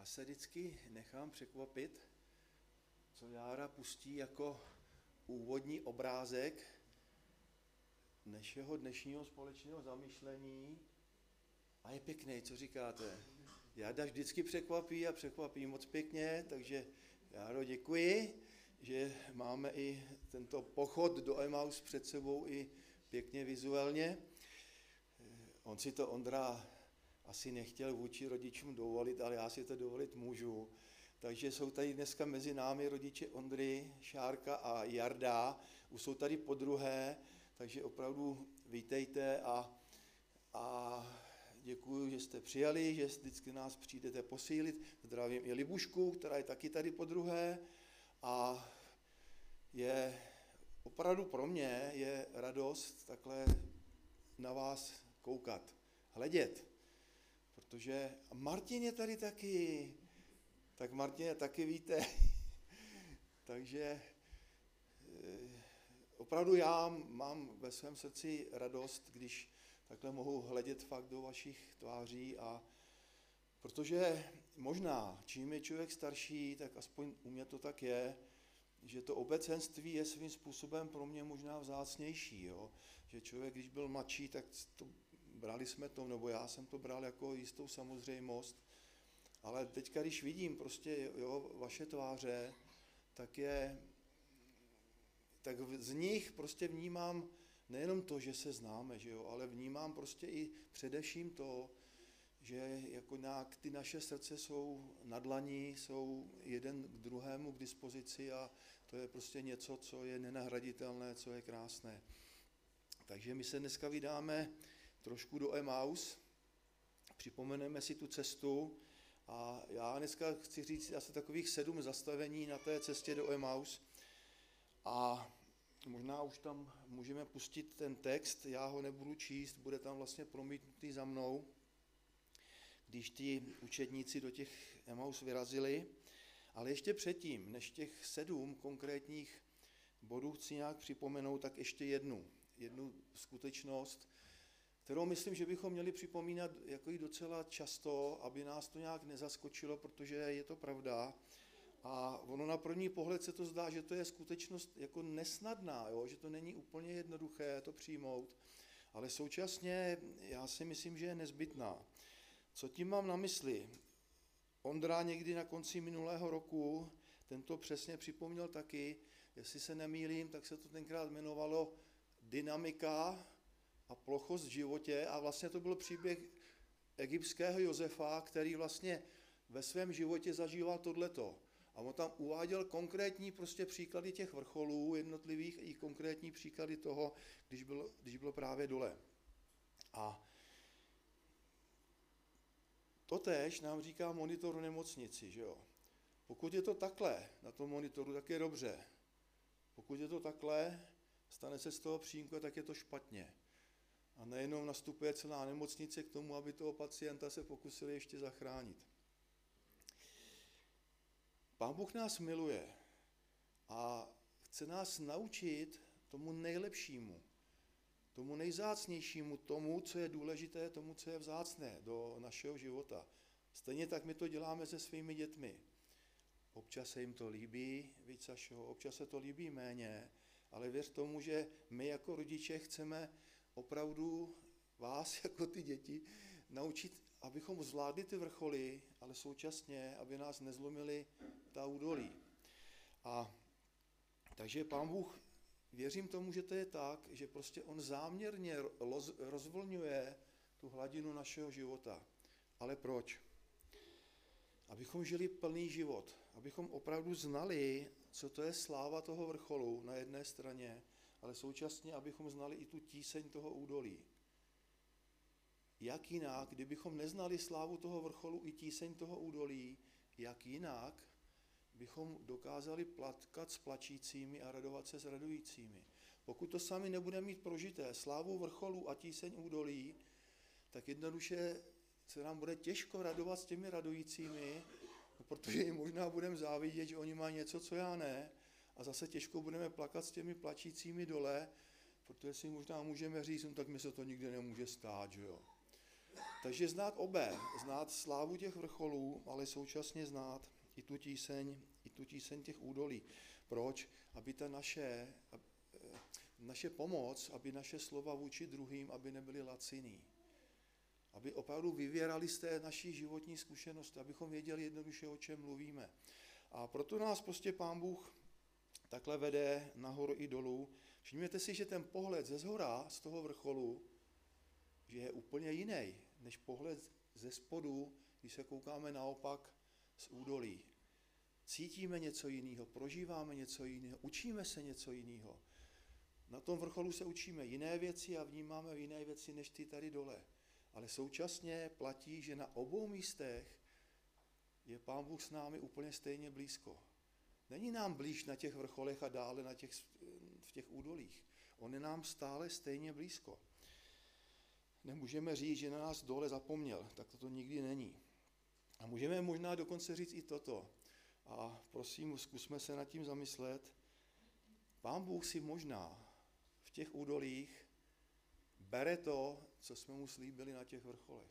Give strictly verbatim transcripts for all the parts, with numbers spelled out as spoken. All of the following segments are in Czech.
se vždycky nechám překvapit, co Jára pustí jako úvodní obrázek našeho dnešního společného zamyšlení. A je pěkný, co říkáte? Jára vždycky překvapí a překvapí moc pěkně, takže Járo, děkuji, že máme i tento pochod do Emaus před sebou i pěkně vizuálně. On si to Ondra asi nechtěl vůči rodičům dovolit, ale já si to dovolit můžu. Takže jsou tady dneska mezi námi rodiče Ondry, Šárka a Jarda. Už jsou tady podruhé, takže opravdu vítejte a, a děkuji, že jste přijali, že vždycky nás přijdete posílit. Zdravím i Libušku, která je taky tady podruhé. A je opravdu pro mě je radost takhle na vás koukat, hledět. Protože Martin je tady taky, tak Martin taky víte. Takže opravdu já mám ve svém srdci radost, když takhle mohu hledět fakt do vašich tváří. A protože možná, čím je člověk starší, tak aspoň u mě to tak je, že to obecenství je svým způsobem pro mě možná vzácnější. Jo? Že člověk, když byl mladší, tak to, brali jsme to, nebo já jsem to bral jako jistou samozřejmost. Ale teďka, když vidím prostě jo, vaše tváře, tak je, tak z nich prostě vnímám nejenom to, že se známe, že jo, ale vnímám prostě i především to, že jako nějak ty naše srdce jsou na dlani, jsou jeden k druhému k dispozici a to je prostě něco, co je nenahraditelné, co je krásné. Takže my se dneska vydáme trošku do Emaus, připomeneme si tu cestu a já dneska chci říct asi takových sedm zastavení na té cestě do Emaus a možná už tam můžeme pustit ten text, já ho nebudu číst, bude tam vlastně promítnutý za mnou, když ti učedníci do těch Emaus vyrazili, ale ještě předtím, než těch sedm konkrétních bodů chci nějak připomenout, tak ještě jednu, jednu skutečnost, kterou myslím, že bychom měli připomínat jako i docela často, aby nás to nějak nezaskočilo, protože je to pravda. A ono na první pohled se to zdá, že to je skutečnost jako nesnadná, jo? Že to není úplně jednoduché to přijmout, ale současně já si myslím, že je nezbytná. Co tím mám na mysli? Ondra někdy na konci minulého roku, tento přesně připomněl taky, jestli se nemýlím, tak se to tenkrát jmenovalo Dynamika a plochost v životě a vlastně to byl příběh egyptského Josefa, který vlastně ve svém životě zažíval tohleto. A on tam uváděl konkrétní prostě příklady těch vrcholů jednotlivých i konkrétní příklady toho, když bylo, když bylo právě dole. A totéž nám říká monitor v nemocnici, že jo. Pokud je to takhle na tom monitoru, tak je dobře. Pokud je to takhle, stane se z toho přímka, tak je to špatně. A nejenom nastupuje celá nemocnice k tomu, aby toho pacienta se pokusili ještě zachránit. Pán Bůh nás miluje a chce nás naučit tomu nejlepšímu, tomu nejvzácnějšímu, tomu, co je důležité, tomu, co je vzácné do našeho života. Stejně tak my to děláme se svými dětmi. Občas se jim to líbí víc, Sašo, občas se to líbí méně, ale věř tomu, že my jako rodiče chceme opravdu vás, jako ty děti, naučit, abychom zvládli ty vrcholy, ale současně, aby nás nezlomili ta údolí. A takže Pán Bůh, věřím tomu, že to je tak, že prostě on záměrně roz, rozvolňuje tu hladinu našeho života. Ale proč? Abychom žili plný život, abychom opravdu znali, co to je sláva toho vrcholu na jedné straně, ale současně, abychom znali i tu tíseň toho údolí. Jak jinak, kdybychom neznali slávu toho vrcholu i tíseň toho údolí, jak jinak bychom dokázali plakat s plačícími a radovat se s radujícími. Pokud to sami nebudeme mít prožité, slávu vrcholu a tíseň údolí, tak jednoduše se nám bude těžko radovat s těmi radujícími, protože jim možná budeme závidět, že oni mají něco, co já ne, a zase těžko budeme plakat s těmi plačícími dole, protože si možná můžeme říct, no tak mi se to nikdy nemůže stát, že jo. Takže znát obé, znát slávu těch vrcholů, ale současně znát i tu tíseň, i tu tíseň těch údolí. Proč? Aby ta naše, naše pomoc, aby naše slova vůči druhým, aby nebyly laciný. Aby opravdu vyvěrali z té naší životní zkušenosti, abychom věděli jednoduše, o čem mluvíme. A proto nás prostě Pán Bůh takhle vede nahoru i dolů. Všimněte si, že ten pohled ze zhora, z toho vrcholu, že je úplně jiný, než pohled ze spodu, když se koukáme naopak z údolí. Cítíme něco jiného, prožíváme něco jiného, učíme se něco jiného. Na tom vrcholu se učíme jiné věci a vnímáme jiné věci, než ty tady dole. Ale současně platí, že na obou místech je Pán Bůh s námi úplně stejně blízko. Není nám blíž na těch vrcholech a dále na těch, v těch údolích. On je nám stále stejně blízko. Nemůžeme říct, že na nás dole zapomněl, tak to nikdy není. A můžeme možná dokonce říct i toto. A prosím, zkusme se nad tím zamyslet. Pán Bůh si možná v těch údolích bere to, co jsme mu slíbili na těch vrcholech.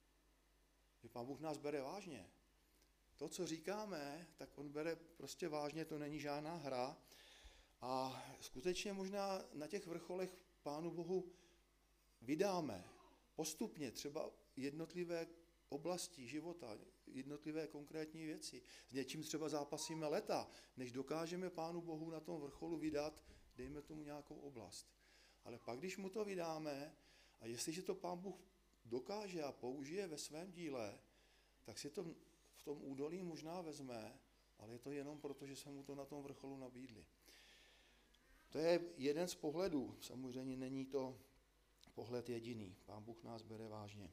Že Pán Bůh nás bere vážně. To, co říkáme, tak on bere prostě vážně, to není žádná hra. A skutečně možná na těch vrcholech Pánu Bohu vydáme postupně třeba jednotlivé oblasti života, jednotlivé konkrétní věci. S něčím třeba zápasíme leta, než dokážeme Pánu Bohu na tom vrcholu vydat, dejme tomu nějakou oblast. Ale pak, když mu to vydáme, a jestliže to Pán Bůh dokáže a použije ve svém díle, tak si to v tom údolí možná vezme, ale je to jenom proto, že jsme mu to na tom vrcholu nabídli. To je jeden z pohledů, samozřejmě není to pohled jediný. Pán Bůh nás bere vážně.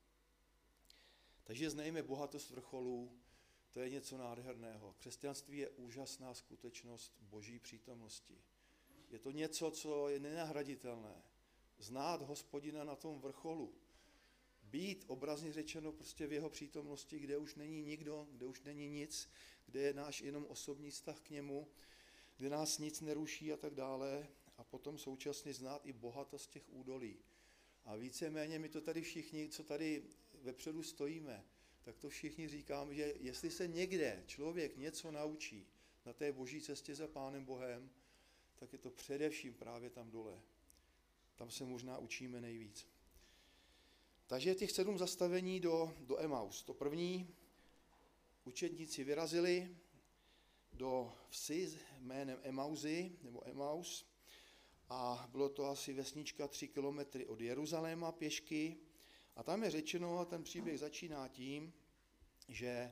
Takže znejme bohatost vrcholů, to je něco nádherného. Křesťanství je úžasná skutečnost Boží přítomnosti. Je to něco, co je nenahraditelné. Znát Hospodina na tom vrcholu. Být obrazně řečeno prostě v jeho přítomnosti, kde už není nikdo, kde už není nic, kde je náš jenom osobní vztah k němu, kde nás nic neruší a tak dále. A potom současně znát i bohatost těch údolí. A víceméně my to tady všichni, co tady vepředu stojíme, tak to všichni říkáme, že jestli se někde člověk něco naučí na té boží cestě za Pánem Bohem, tak je to především právě tam dole. Tam se možná učíme nejvíc. Takže těch sedm zastavení do, do Emaus. To první, učedníci vyrazili do vsi jménem Emauzy, nebo Emaus, a bylo to asi vesnička tři kilometry od Jeruzaléma pěšky. A tam je řečeno, a ten příběh začíná tím, že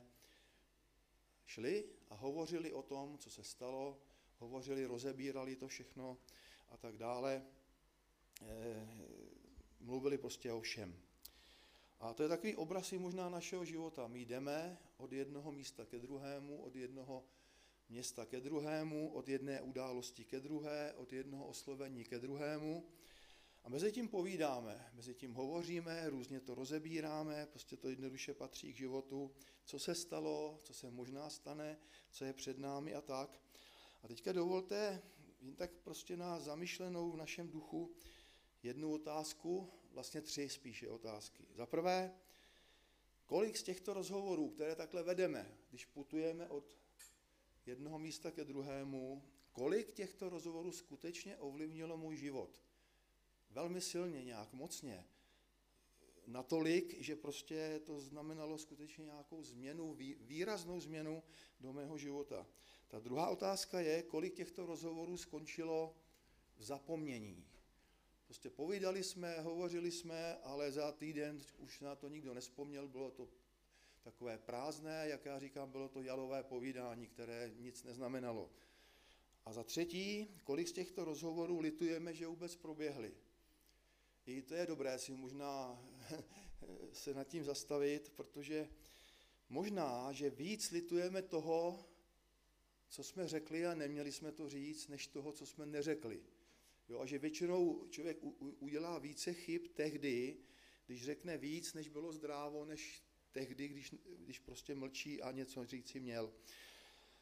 šli a hovořili o tom, co se stalo, hovořili, rozebírali to všechno a tak dále. E, mluvili prostě o všem. A to je takový obraz i možná našeho života. My jdeme od jednoho místa ke druhému, od jednoho města ke druhému, od jedné události ke druhé, od jednoho oslovení ke druhému. A mezi tím povídáme, mezi tím hovoříme, různě to rozebíráme, prostě to jednoduše patří k životu, co se stalo, co se možná stane, co je před námi a tak. A teďka dovolte jen tak prostě na zamyšlenou v našem duchu jednu otázku, vlastně tři spíše otázky. Za prvé, kolik z těchto rozhovorů, které takhle vedeme, když putujeme od jednoho místa ke druhému, kolik těchto rozhovorů skutečně ovlivnilo můj život? Velmi silně, nějak mocně. Natolik, že prostě to znamenalo skutečně nějakou změnu, výraznou změnu do mého života. Ta druhá otázka je, kolik těchto rozhovorů skončilo v zapomnění. Prostě povídali jsme, hovořili jsme, ale za týden už na to nikdo nevzpomněl, bylo to takové prázdné, jak já říkám, bylo to jalové povídání, které nic neznamenalo. A za třetí, kolik z těchto rozhovorů litujeme, že vůbec proběhly. I to je dobré si možná se nad tím zastavit, protože možná, že víc litujeme toho, co jsme řekli a neměli jsme to říct, než toho, co jsme neřekli. Jo, a že většinou člověk u, u, udělá více chyb tehdy, když řekne víc, než bylo zdrávo, než tehdy, když, když prostě mlčí a něco říci měl.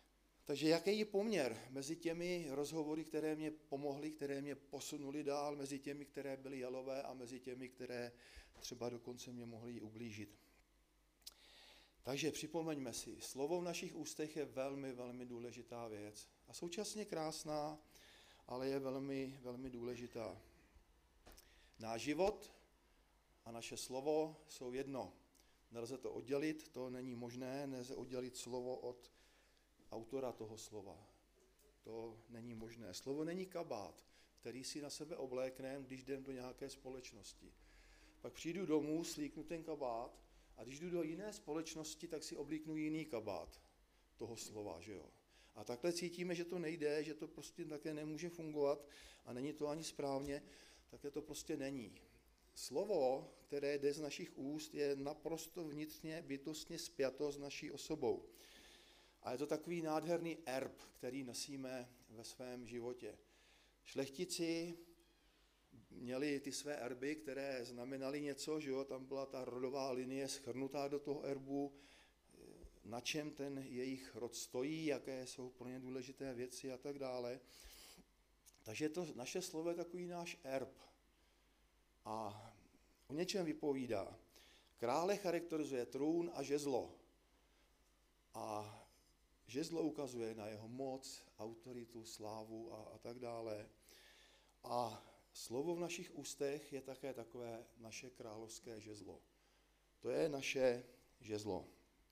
Takže jaký je poměr mezi těmi rozhovory, které mě pomohly, které mě posunuly dál, mezi těmi, které byly jalové a mezi těmi, které třeba dokonce mě mohly ublížit. Takže připomeňme si, slovo v našich ústech je velmi, velmi důležitá věc. A současně krásná, ale je velmi, velmi důležitá. Náš život a naše slovo jsou jedno. Nelze to oddělit, to není možné, nelze oddělit slovo od autora toho slova. To není možné. Slovo není kabát, který si na sebe oblékneme, když jdem do nějaké společnosti. Pak přijdu domů, slíknu ten kabát a když jdu do jiné společnosti, tak si oblíknu jiný kabát toho slova, že jo. A takhle cítíme, že to nejde, že to prostě také nemůže fungovat a není to ani správně, také to prostě není. Slovo, které jde z našich úst, je naprosto vnitřně, bytostně spjato s naší osobou. A je to takový nádherný erb, který nosíme ve svém životě. Šlechtici měli ty své erby, které znamenaly něco, že jo, tam byla ta rodová linie shrnutá do toho erbu, na čem ten jejich rod stojí, jaké jsou pro ně důležité věci a tak dále. Takže to naše slovo je takový náš erb. A o něčem vypovídá. Krále charakterizuje trůn a žezlo. A žezlo ukazuje na jeho moc, autoritu, slávu a, a tak dále. A slovo v našich ústech je také takové naše královské žezlo. To je naše žezlo.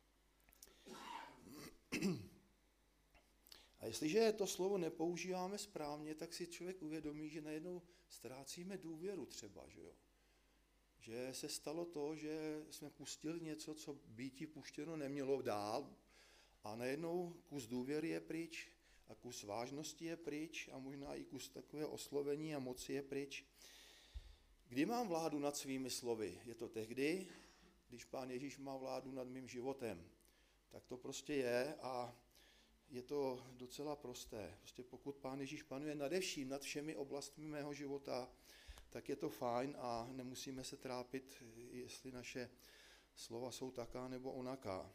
A jestliže to slovo nepoužíváme správně, tak si člověk uvědomí, že najednou ztrácíme důvěru třeba, že jo. Že se stalo to, že jsme pustili něco, co býti puštěno nemělo dál, a najednou kus důvěry je pryč a kus vážnosti je pryč a možná i kus takového oslovení a moci je pryč. Kdy mám vládu nad svými slovy? Je to tehdy, když Pán Ježíš má vládu nad mým životem. Tak to prostě je a je to docela prosté. Prostě pokud Pán Ježíš panuje nade vším, nad všemi oblastmi mého života, tak je to fajn a nemusíme se trápit, jestli naše slova jsou taká nebo onaká.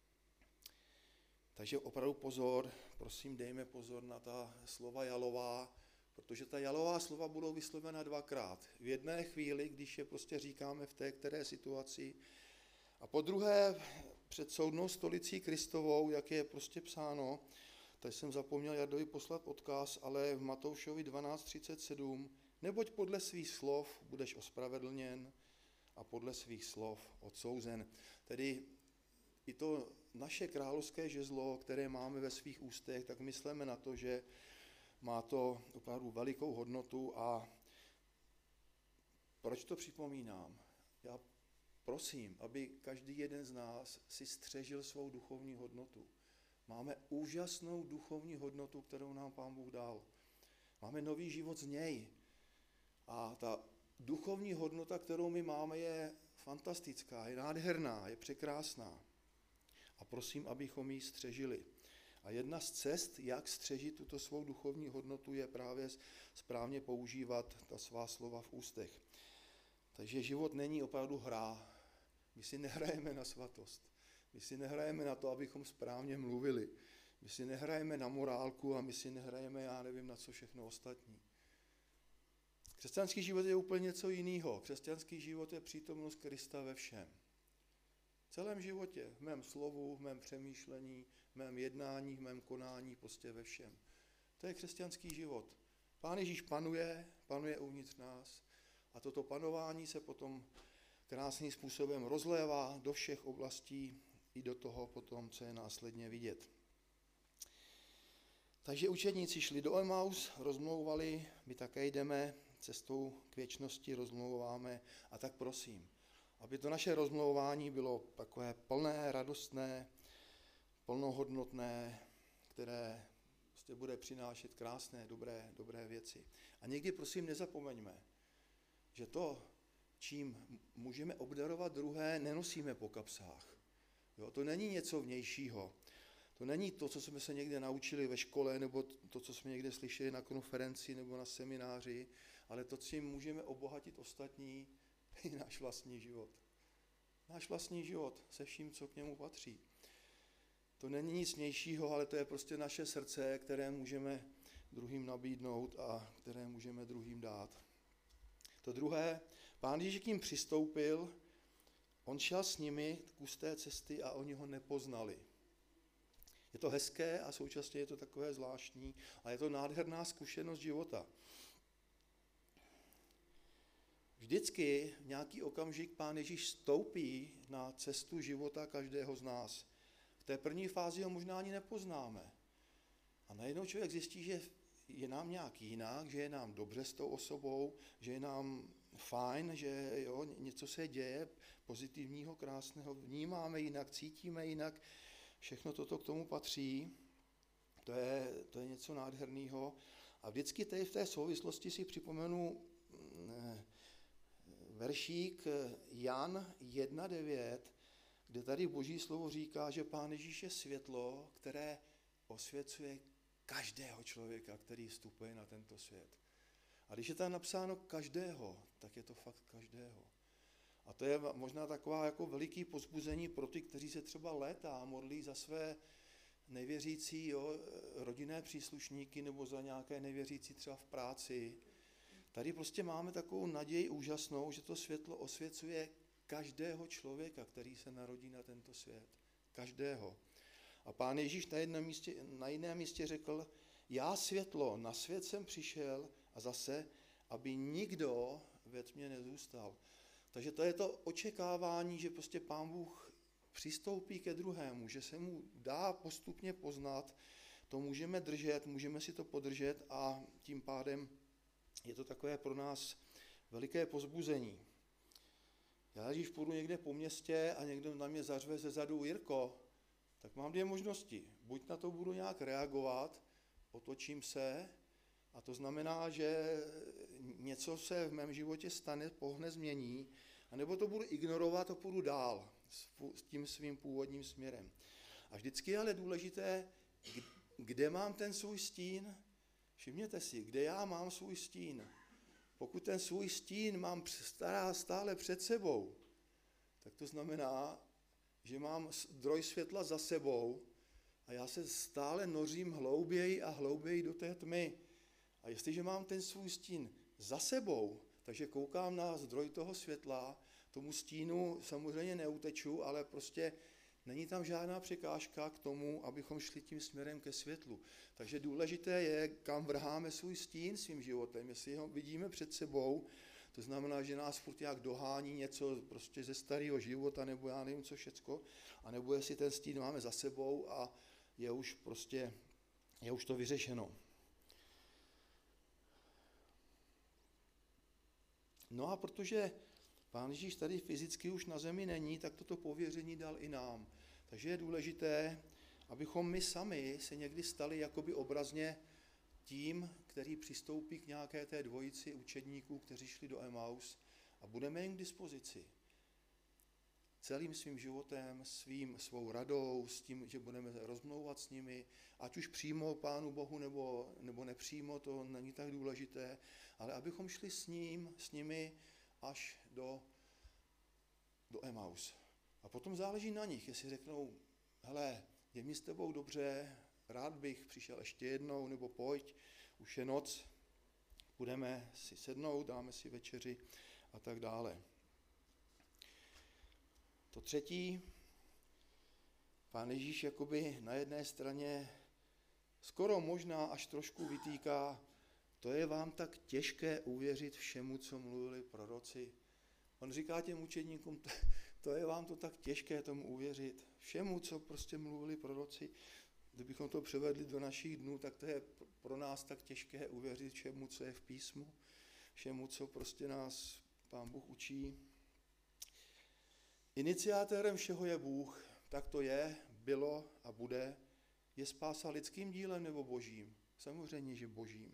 Takže opravdu pozor, prosím, dejme pozor na ta slova jalová, protože ta jalová slova budou vyslovena dvakrát. V jedné chvíli, když je prostě říkáme v té které situaci, a po druhé před soudnou stolicí Kristovou, jak je prostě psáno, tak jsem zapomněl Jardovi poslat odkaz, ale v Matoušovi dvanáct třicet sedm, neboť podle svých slov budeš ospravedlněn a podle svých slov odsouzen. Tedy i to naše královské žezlo, které máme ve svých ústech, tak myslíme na to, že má to opravdu velikou hodnotu. A proč to připomínám? Já prosím, aby každý jeden z nás si střežil svou duchovní hodnotu. Máme úžasnou duchovní hodnotu, kterou nám Pán Bůh dal. Máme nový život z něj. A ta duchovní hodnota, kterou my máme, je fantastická, je nádherná, je překrásná. A prosím, abychom ji střežili. A jedna z cest, jak střežit tuto svou duchovní hodnotu, je právě správně používat ta svá slova v ústech. Takže život není opravdu hra. My si nehrajeme na svatost. My si nehrajeme na to, abychom správně mluvili. My si nehrajeme na morálku a my si nehrajeme, já nevím, na co všechno ostatní. Křesťanský život je úplně něco jiného. Křesťanský život je přítomnost Krista ve všem. V celém životě, v mém slovu, v mém přemýšlení, v mém jednání, v mém konání, prostě ve všem. To je křesťanský život. Pán Ježíš panuje, panuje uvnitř nás a toto panování se potom krásným způsobem rozlévá do všech oblastí i do toho potom, co je následně vidět. Takže učedníci šli do Emaus, rozmlouvali, my také jdeme cestou k věčnosti, rozmlouváme a tak prosím, aby to naše rozmlouvání bylo takové plné, radostné, plnohodnotné, které prostě bude přinášet krásné, dobré, dobré věci. A někdy prosím nezapomeňme, že to, čím můžeme obdarovat druhé, nenosíme po kapsách. Jo, to není něco vnějšího. To není to, co jsme se někde naučili ve škole, nebo to, co jsme někde slyšeli na konferenci nebo na semináři, ale to, čím můžeme obohatit ostatní, je náš vlastní život. Náš vlastní život se vším, co k němu patří. to není nic vnějšího, ale to je prostě naše srdce, které můžeme druhým nabídnout a které můžeme druhým dát. To druhé, Pán Ježíš k ním přistoupil, on šel s nimi kus té cesty a oni ho nepoznali. Je to hezké a současně je to takové zvláštní a je to nádherná zkušenost života. Vždycky v nějaký okamžik Pán Ježíš stoupí na cestu života každého z nás. V té první fázi ho možná ani nepoznáme. A najednou člověk zjistí, že je nám nějak jinak, že je nám dobře s tou osobou, že je nám fajn, že jo, něco se děje pozitivního, krásného, vnímáme jinak, cítíme jinak, všechno toto k tomu patří. To je, to je něco nádherného. A vždycky tady v té souvislosti si připomenu veršík Jan jedna devět, kde tady Boží slovo říká, že Pán Ježíš je světlo, které osvěcuje každého člověka, který vstupuje na tento svět. A když je tam napsáno každého, tak je to fakt každého. A to je možná taková jako veliký povzbuzení pro ty, kteří se třeba léta modlí za své nevěřící jo, rodinné příslušníky nebo za nějaké nevěřící třeba v práci. Tady prostě máme takovou naději úžasnou, že to světlo osvěcuje každého člověka, který se narodí na tento svět. Každého. A Pán Ježíš na, jednom místě, na jiném místě řekl, já světlo, na svět jsem přišel a zase, aby nikdo ve tmě nezůstal. Takže to je to očekávání, že prostě Pán Bůh přistoupí ke druhému, že se mu dá postupně poznat, to můžeme držet, můžeme si to podržet a tím pádem je to takové pro nás veliké povzbuzení. Já když půjdu někde po městě a někdo na mě zařve ze zadu Jirko, tak mám dvě možnosti. Buď na to budu nějak reagovat, otočím se, a to znamená, že něco se v mém životě stane, pohne, změní, anebo to budu ignorovat a půjdu dál s tím svým původním směrem. A vždycky je ale důležité, kde mám ten svůj stín. Všimněte si, kde já mám svůj stín. Pokud ten svůj stín mám stále před sebou, tak to znamená, že mám zdroj světla za sebou a já se stále nořím hlouběji a hlouběji do té tmy. A jestliže mám ten svůj stín za sebou, takže koukám na zdroj toho světla, tomu stínu samozřejmě neuteču, ale prostě není tam žádná překážka k tomu, abychom šli tím směrem ke světlu. Takže důležité je, kam vrháme svůj stín svým životem. Jestli ho vidíme před sebou, to znamená, že nás furt jak dohání něco prostě ze starého života, nebo já nevím co všecko, anebo jestli ten stín máme za sebou a je už prostě, je už to vyřešeno. No a protože Pán Ježíš tady fyzicky už na zemi není, tak toto pověření dal i nám. Takže je důležité, abychom my sami se někdy stali jakoby obrazně tím, který přistoupí k nějaké té dvojici učedníků, kteří šli do Emaus a budeme jim k dispozici. Celým svým životem, svým, svou radou, s tím, že budeme rozmlouvat s nimi, ať už přímo Pánu Bohu nebo, nebo nepřímo, to není tak důležité, ale abychom šli s ním, s nimi až do, do Emaus. A potom záleží na nich, jestli řeknou, hele, je mi s tebou dobře, rád bych přišel ještě jednou, nebo pojď, už je noc, budeme si sednout, dáme si večeři a tak dále. To třetí, Pán Ježíš jakoby na jedné straně skoro možná až trošku vytýká, to je vám tak těžké uvěřit všemu, co mluvili proroci. On říká těm učedníkům, to je vám to tak těžké tomu uvěřit. Všemu, co prostě mluvili proroci, kdybychom to převedli do našich dnů, tak to je pro nás tak těžké uvěřit všemu, co je v písmu, všemu, co prostě nás Pán Bůh učí. Iniciátérem všeho je Bůh, tak to je, bylo a bude. Je spása lidským dílem nebo božím? Samozřejmě, že božím.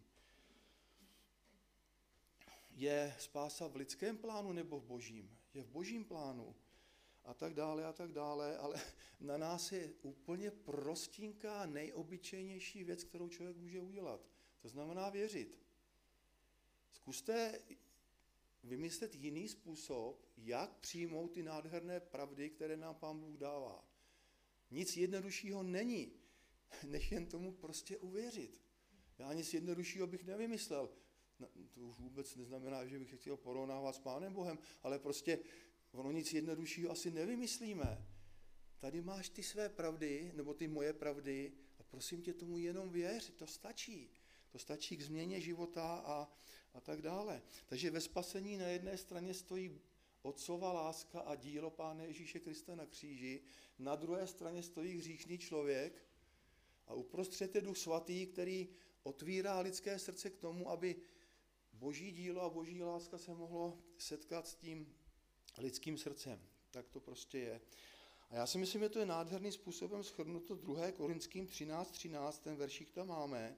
Je spása v lidském plánu nebo v božím? Je v božím plánu. A tak dále a tak dále, ale na nás je úplně prostinká, nejobyčejnější věc, kterou člověk může udělat. To znamená věřit. Zkuste vymyslet jiný způsob, jak přijmout ty nádherné pravdy, které nám Pán Bůh dává. Nic jednoduššího není, než jen tomu prostě uvěřit. Já nic jednoduššího bych nevymyslel. No, to už vůbec neznamená, že bych se chtěl porovnávat s Pánem Bohem, ale prostě ono nic jednoduššího asi nevymyslíme. Tady máš ty své pravdy, nebo ty moje pravdy a prosím tě tomu jenom věř, to stačí. To stačí k změně života a, a tak dále. Takže ve spasení na jedné straně stojí Otcova láska a dílo Pána Ježíše Krista na kříži, na druhé straně stojí hříšný člověk a uprostřed je Duch Svatý, který otvírá lidské srdce k tomu, aby Boží dílo a Boží láska se mohlo setkat s tím lidským srdcem. Tak to prostě je. A já si myslím, že to je nádherným způsobem shrnuto druhé Korinským třináct třináct, ten veršík tam máme.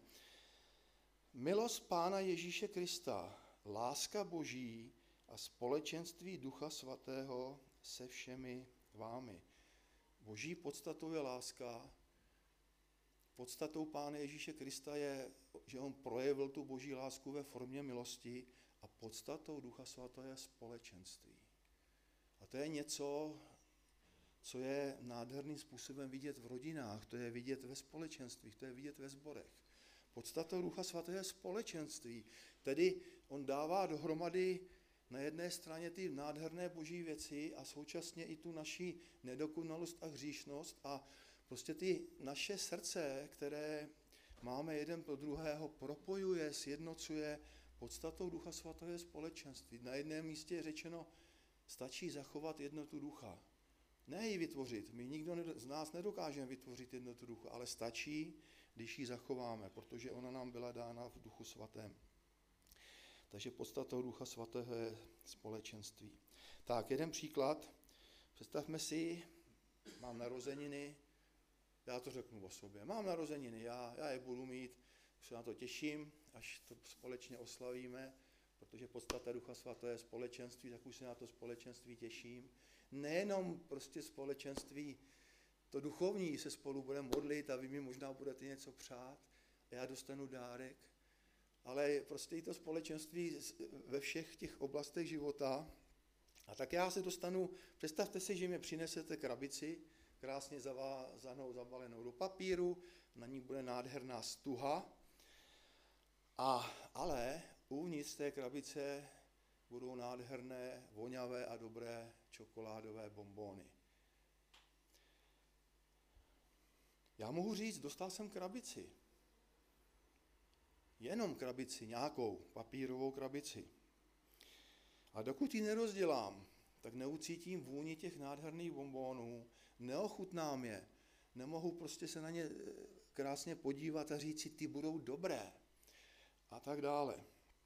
Milost Pána Ježíše Krista, láska Boží a společenství Ducha Svatého se všemi vámi. Boží podstatou je láska, podstatou Pána Ježíše Krista je, že on projevil tu Boží lásku ve formě milosti a podstatou Ducha Svatého je společenství. A to je něco, co je nádherným způsobem vidět v rodinách, to je vidět ve společenstvích, to je vidět ve sborech. Podstatou Ducha Svatého je společenství, tedy on dává dohromady na jedné straně ty nádherné boží věci a současně i tu naši nedokonalost a hříšnost a prostě ty naše srdce, které máme jeden pro druhého, propojuje, sjednocuje. Podstatou Ducha Svatého je společenství. Na jednom místě je řečeno, stačí zachovat jednotu ducha. Ne ji vytvořit, my nikdo z nás nedokážeme vytvořit jednotu ducha, ale stačí, když ji zachováme, protože ona nám byla dána v Duchu Svatém. Takže podstatou Ducha Svatého je společenství. Tak, jeden příklad. Představme si, mám narozeniny, já to řeknu o sobě. Mám narozeniny, já, já je budu mít, už se na to těším, až to společně oslavíme, protože podstata Ducha Svatého je společenství, tak už se na to společenství těším. Nejenom prostě společenství, to duchovní se spolu budeme modlit a vy mi možná budete něco přát, a já dostanu dárek, ale prostě i to společenství ve všech těch oblastech života. A tak já se dostanu, představte si, že mi přinesete krabici, krásně zavázanou, zabalenou do papíru, na ní bude nádherná stuha, a, ale uvnitř té krabice budou nádherné, voňavé a dobré čokoládové bonbóny. Já mohu říct, dostal jsem krabici. Jenom krabici, nějakou papírovou krabici. A dokud ji nerozdělám, tak neucítím vůni těch nádherných bonbónů, neochutnám je, nemohu prostě se na ně krásně podívat a říct si, ty budou dobré. A tak dále.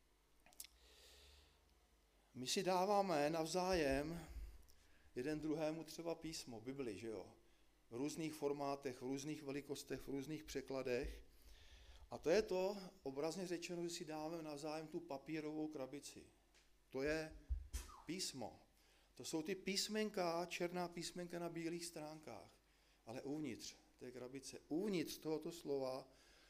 My si dáváme navzájem jeden druhému třeba písmo, Bibli, že jo? V různých formátech, v různých velikostech, v různých překladech. A to je to, obrazně řečeno, že si dáme navzájem tu papírovou krabici. To je písmo. To jsou ty písmenka, černá písmenka na bílých stránkách. Ale uvnitř té krabice, uvnitř tohoto slova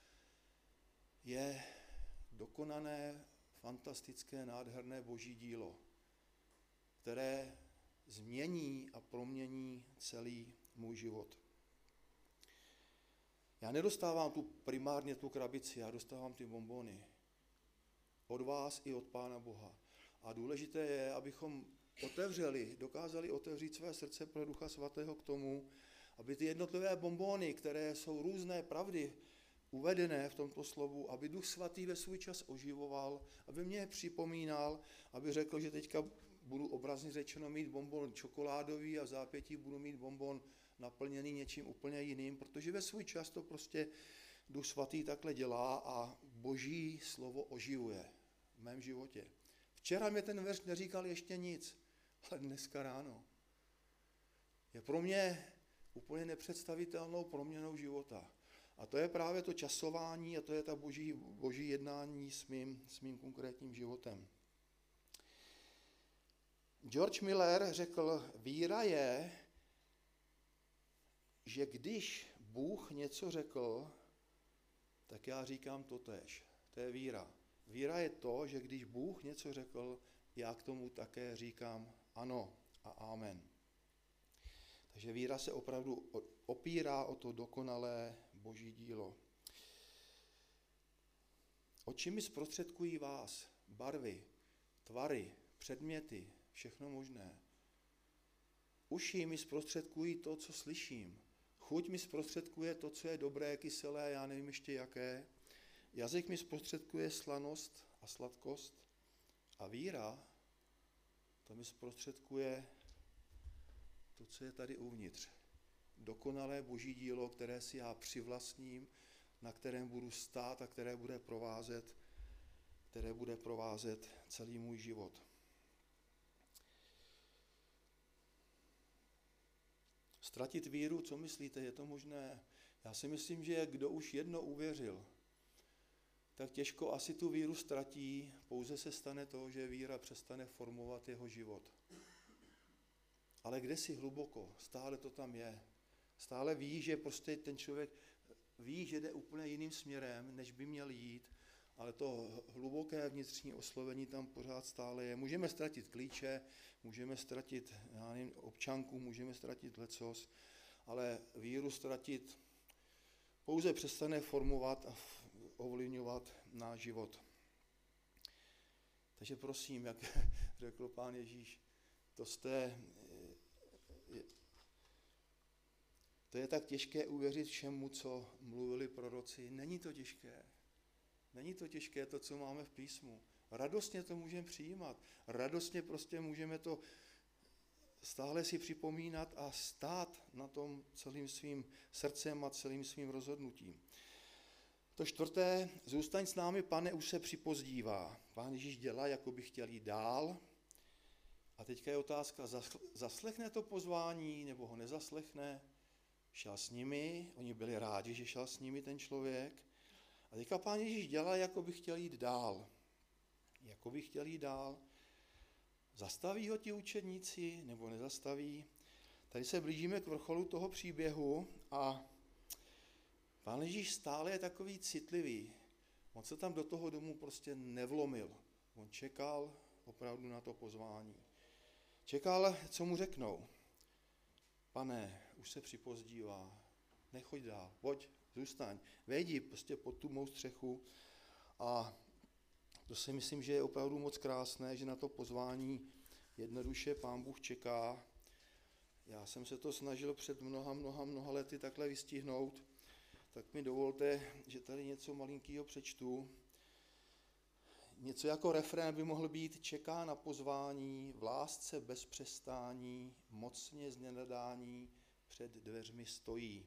je dokonané, fantastické, nádherné boží dílo, které změní a promění celý můj život. Já nedostávám tu primárně tu krabici, já dostávám ty bonbony. Od vás i od Pána Boha. A důležité je, abychom otevřeli, dokázali otevřít své srdce pro Ducha Svatého k tomu, aby ty jednotlivé bonbony, které jsou různé pravdy uvedené v tomto slovu, aby Duch Svatý ve svůj čas oživoval, aby mě připomínal, aby řekl, že teďka budu obrazně řečeno mít bonbon čokoládový a v zápětí budu mít bonbon naplněný něčím úplně jiným, protože ve svůj čas to prostě Duch Svatý takhle dělá a Boží slovo oživuje v mém životě. Včera mě ten verš neříkal ještě nic, ale dneska ráno je pro mě úplně nepředstavitelnou proměnou života. A to je právě to časování a to je ta boží, boží jednání s mým, s mým konkrétním životem. George Miller řekl, víra je, že když Bůh něco řekl, tak já říkám totéž. To je víra. Víra je to, že když Bůh něco řekl, já k tomu také říkám ano a amen. Takže víra se opravdu opírá o to dokonalé Boží dílo. Oči mi zprostředkují vás, barvy, tvary, předměty, všechno možné. Uši mi zprostředkují to, co slyším. Chuť mi zprostředkuje to, co je dobré, kyselé, já nevím ještě jaké. Jazyk mi zprostředkuje slanost a sladkost. A víra, to mi zprostředkuje to, co je tady uvnitř. Dokonalé Boží dílo, které si já přivlastním, na kterém budu stát a které bude provázet, které bude provázet celý můj život. Ztratit víru, co myslíte, je to možné? Já si myslím, že kdo už jedno uvěřil, tak těžko asi tu víru ztratí, pouze se stane to, že víra přestane formovat jeho život. Ale kde si hluboko, stále to tam je. Stále ví, že prostě ten člověk ví, že jde úplně jiným směrem, než by měl jít, ale to hluboké vnitřní oslovení tam pořád stále je. Můžeme ztratit klíče, můžeme ztratit já nevím, občanku, můžeme ztratit lecos, ale víru ztratit pouze přestane formovat a ovlivňovat náš život. Takže prosím, jak řekl Pán Ježíš, to jste, to je tak těžké uvěřit všemu, co mluvili proroci. Není to těžké. Není to těžké to, co máme v písmu. Radostně to můžeme přijímat. Radostně prostě můžeme to stále si připomínat a stát na tom celým svým srdcem a celým svým rozhodnutím. To čtvrté, zůstaň s námi, Pane, už se připozdívá. Pán Ježíš dělá, jako by chtěl jít dál. A teďka je otázka, zaslechne to pozvání, nebo ho nezaslechne? Šel s nimi, oni byli rádi, že šel s nimi ten člověk. A teďka Pán Ježíš dělá, jako by chtěl jít dál. Jako by chtěl jít dál. Zastaví ho ti učedníci, nebo nezastaví? Tady se blížíme k vrcholu toho příběhu a Pán Ježíš stále je takový citlivý. On se tam do toho domu prostě nevlomil. On čekal opravdu na to pozvání. Čekal, co mu řeknou. Pane, už se připozdívá, nechoď dál, pojď, zůstaň, vejdi prostě pod tu mou střechu. A to si myslím, že je opravdu moc krásné, že na to pozvání jednoduše Pán Bůh čeká. Já jsem se to snažil před mnoha, mnoha, mnoha lety takhle vystihnout, tak mi dovolte, že tady něco malinkýho přečtu. Něco jako refrén by mohl být: čeká na pozvání, v lásce bez přestání, mocně z nenadání před dveřmi stojí.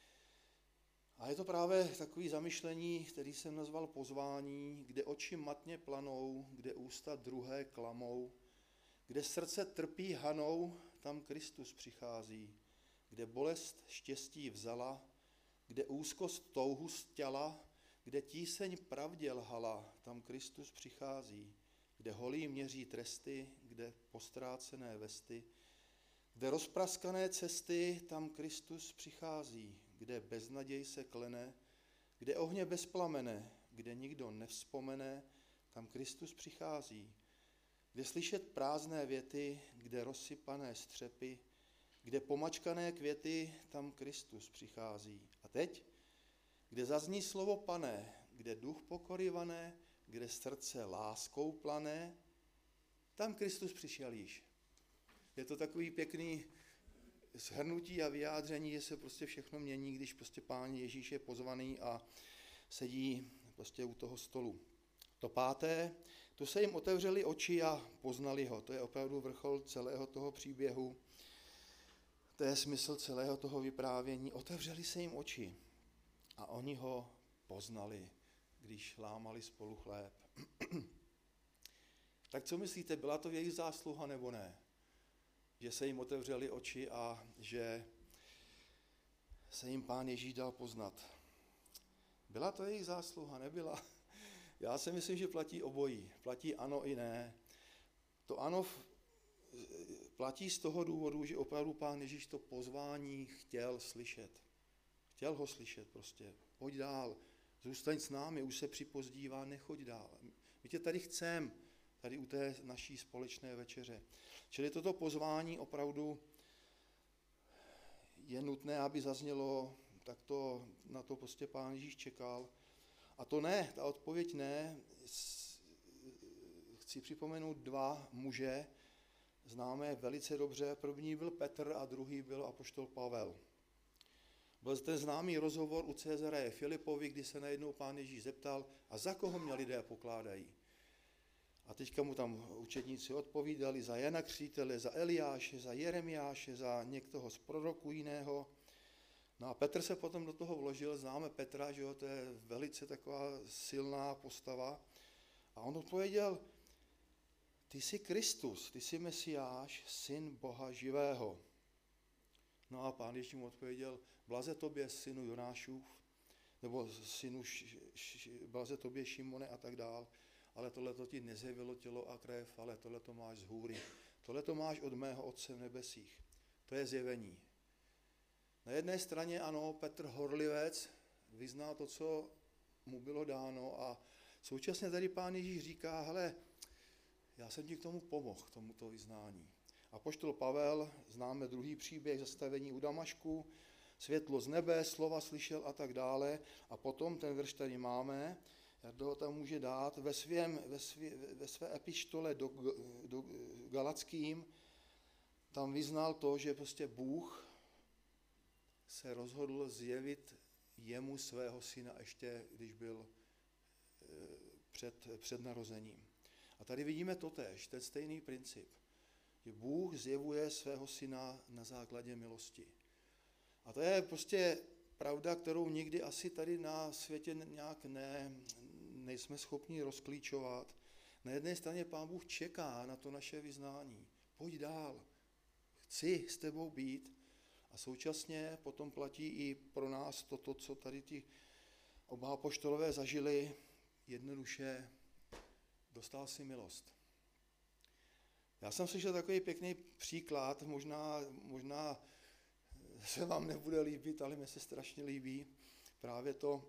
A je to právě takové zamyšlení, který jsem nazval pozvání, kde oči matně planou, kde ústa druhé klamou, kde srdce trpí hanou, tam Kristus přichází, kde bolest štěstí vzala, kde úzkost touhu stěla, kde tíseň pravdě lhala, tam Kristus přichází, kde holí měří tresty, kde postrácené vesty, kde rozpraskané cesty, tam Kristus přichází, kde beznaděj se klene, kde ohně bez plamene, kde nikdo nevzpomene, tam Kristus přichází, kde slyšet prázdné věty, kde rozsypané střepy, kde pomačkané květy, tam Kristus přichází. A teď, kde zazní slovo Pane, kde duch pokory vane, kde srdce láskou plané, tam Kristus přišel již. Je to takový pěkný shrnutí a vyjádření, že se prostě všechno mění, když prostě Pán Ježíš je pozvaný a sedí prostě u toho stolu. To páté, tu se jim otevřely oči a poznali ho. To je opravdu vrchol celého toho příběhu. To je smysl celého toho vyprávění. Otevřely se jim oči a oni ho poznali, když lámali spolu chléb. Tak co myslíte, byla to jejich zásluha nebo ne? Že se jim otevřely oči a že se jim Pán Ježíš dal poznat. Byla to jejich zásluha, nebyla? Já si myslím, že platí obojí. Platí ano i ne. To ano platí z toho důvodu, že opravdu Pán Ježíš to pozvání chtěl slyšet. Chtěl ho slyšet prostě. Pojď dál, zůstaň s námi, už se připozdívá, nechoď dál. My tě tady chcem, tady u té naší společné večeře. Čili toto pozvání opravdu je nutné, aby zaznělo, tak to, na to prostě Pán Ježíš čekal. A to ne, ta odpověď ne. Chci připomenout dva muže, známe velice dobře. První byl Petr a druhý byl apoštol Pavel. Byl ten známý rozhovor u Cezareje Filipovi, kdy se najednou Pán Ježíš zeptal, a za koho mě lidé pokládají. A teďka mu tam učedníci odpovídali za Jana Křtitele, za Eliáše, za Jeremiáše, za některého z proroků jiného. No a Petr se potom do toho vložil, známe Petra, že jo, to je velice taková silná postava. A on odpověděl, ty jsi Kristus, ty jsi Mesiáš, syn Boha živého. No a Pán Ježíš mu odpověděl, blaze tobě, synu Jonášův, nebo synu, š, š, blaze tobě, Šimone a tak dál, ale tohleto ti nezjevilo tělo a krev, ale tohleto máš z hůry. Tohleto máš od mého Otce v nebesích. To je zjevení. Na jedné straně ano, Petr horlivec vyzná to, co mu bylo dáno a současně tady Pán Ježíš říká, hele, já jsem ti k tomu pomohl, k tomuto vyznání. Apoštol Pavel, známe druhý příběh, zastavení u Damašku, světlo z nebe, slova slyšel a tak dále. A potom ten verš tady máme, jak ho tam může dát, ve, svém, ve, svě, ve své epištole do, do Galackým, tam vyznal to, že prostě Bůh se rozhodl zjevit jemu svého syna ještě, když byl před, před narozením. A tady vidíme totéž, ten stejný princip, že Bůh zjevuje svého syna na základě milosti. A to je prostě pravda, kterou nikdy asi tady na světě nějak ne, nejsme schopni rozklíčovat. Na jedné straně Pán Bůh čeká na to naše vyznání. Pojď dál, chci s tebou být. A současně potom platí i pro nás toto, co tady ti oba apoštolové zažili, jednoduše dostal si milost. Já jsem slyšel takový pěkný příklad, možná, možná se vám nebude líbit, ale mi se strašně líbí právě to,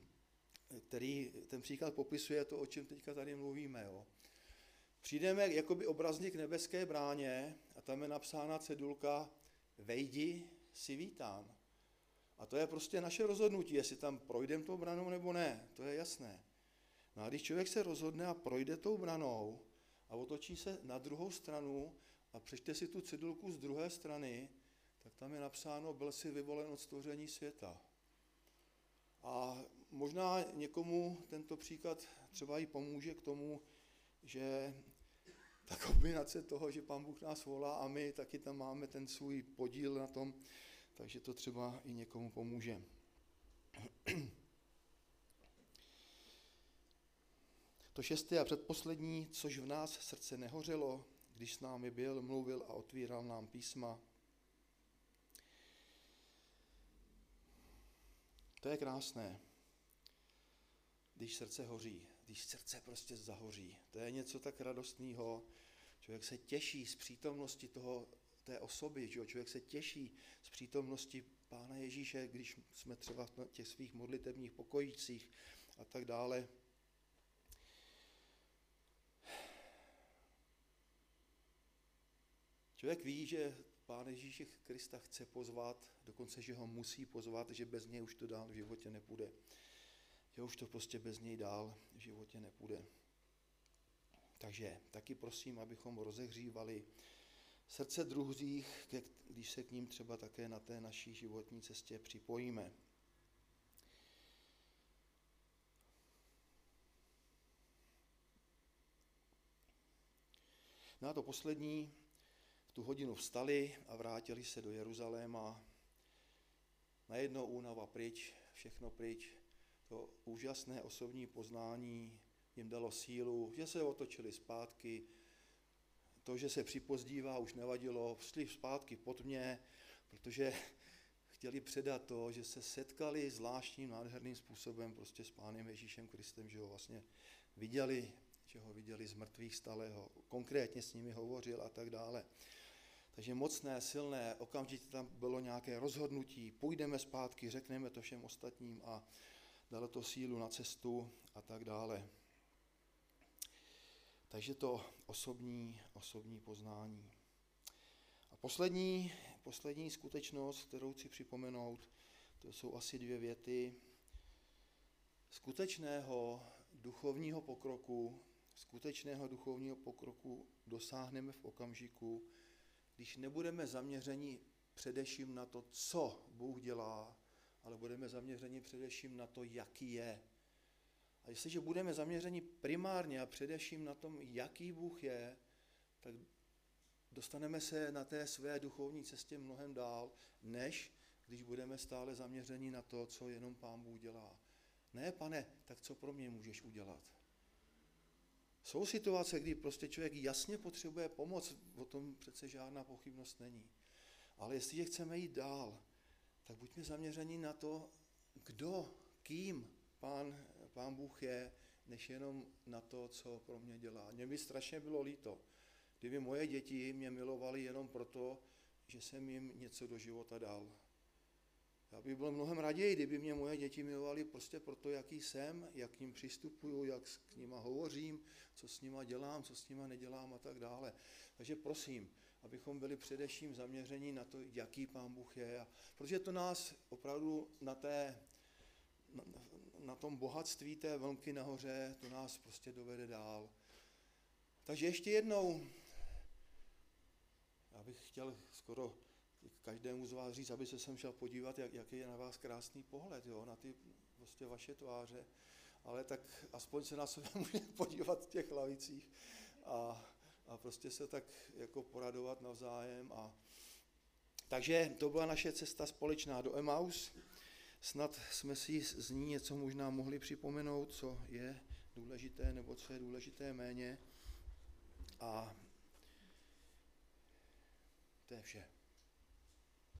který ten příklad popisuje to, o čem teďka tady mluvíme. Jo. Přijdeme jakoby obrazně k nebeské bráně a tam je napsána cedulka vejdi, si vítán. A to je prostě naše rozhodnutí, jestli tam projdeme tou branou nebo ne, to je jasné. No a když člověk se rozhodne a projde tou branou a otočí se na druhou stranu a přečte si tu cedulku z druhé strany, tak tam je napsáno, byl si vyvolen od stvoření světa. A možná někomu tento příklad třeba i pomůže k tomu, že ta kombinace toho, že Pán Bůh nás volá a my taky tam máme ten svůj podíl na tom, takže to třeba i někomu pomůže. To šesté a předposlední, což v nás srdce nehořelo, když s námi byl, mluvil a otvíral nám písma. To je krásné, když srdce hoří, když srdce prostě zahoří. To je něco tak radostného. Člověk se těší z přítomnosti toho, té osoby, že jo? Člověk se těší z přítomnosti Pána Ježíše, když jsme třeba v těch svých modlitevních pokojících a tak dále. Člověk ví, že Pán Ježíše Krista chce pozvat, dokonce, že ho musí pozvat, že bez něj už to dál v životě nepůjde. Že už to prostě bez něj dál v životě nepůjde. Takže taky prosím, abychom rozehřívali srdce druhých, když se k ním třeba také na té naší životní cestě připojíme. No a to poslední, v tu hodinu vstali a vrátili se do Jeruzaléma. Najednou únava pryč, všechno pryč. To úžasné osobní poznání jim dalo sílu, že se otočili zpátky. To, že se připozdívá, už nevadilo, šli zpátky pod mě, protože chtěli předat to, že se setkali zvláštním, nádherným způsobem prostě s Pánem Ježíšem Kristem, že ho vlastně viděli, že ho viděli z mrtvých stalého, konkrétně s nimi hovořil a tak dále. Takže mocné, silné, okamžitě tam bylo nějaké rozhodnutí, půjdeme zpátky, řekneme to všem ostatním a dalo to sílu na cestu a tak dále. Takže to osobní, osobní poznání. A poslední, poslední skutečnost, kterou chci připomenout, to jsou asi dvě věty. Skutečného duchovního pokroku, skutečného duchovního pokroku dosáhneme v okamžiku, když nebudeme zaměřeni především na to, co Bůh dělá, ale budeme zaměřeni především na to, jaký je. A jestliže budeme zaměřeni primárně a především na tom, jaký Bůh je, tak dostaneme se na té své duchovní cestě mnohem dál, než když budeme stále zaměřeni na to, co jenom Pán Bůh dělá. Ne, Pane, tak co pro mě můžeš udělat? Jsou situace, kdy prostě člověk jasně potřebuje pomoc, o tom přece žádná pochybnost není. Ale jestliže chceme jít dál, tak buďme zaměřeni na to, kdo, kým Pán, Pán Bůh je, než jenom na to, co pro mě dělá. Mně by strašně bylo líto, kdyby moje děti mě milovaly jenom proto, že jsem jim něco do života dal. Já bych byl mnohem raději, kdyby mě moje děti milovaly prostě proto, jaký jsem, jak k ním přistupuju, jak s nima hovořím, co s nima dělám, co s nima nedělám a tak dále. Takže prosím, abychom byli především zaměření na to, jaký Pán Bůh je. A protože to nás opravdu na, té, na, na tom bohatství té vlnky nahoře, to nás prostě dovede dál. Takže ještě jednou, já bych chtěl skoro každému z vás říct, aby se sem šel podívat, jak, jaký je na vás krásný pohled, jo, na ty prostě vaše tváře, ale tak aspoň se na sebe můžeme podívat v těch lavicích a, a prostě se tak jako poradovat navzájem. A... Takže to byla naše cesta společná do Emaus. Snad jsme si z ní něco možná mohli připomenout, co je důležité nebo co je důležité méně. A to je vše.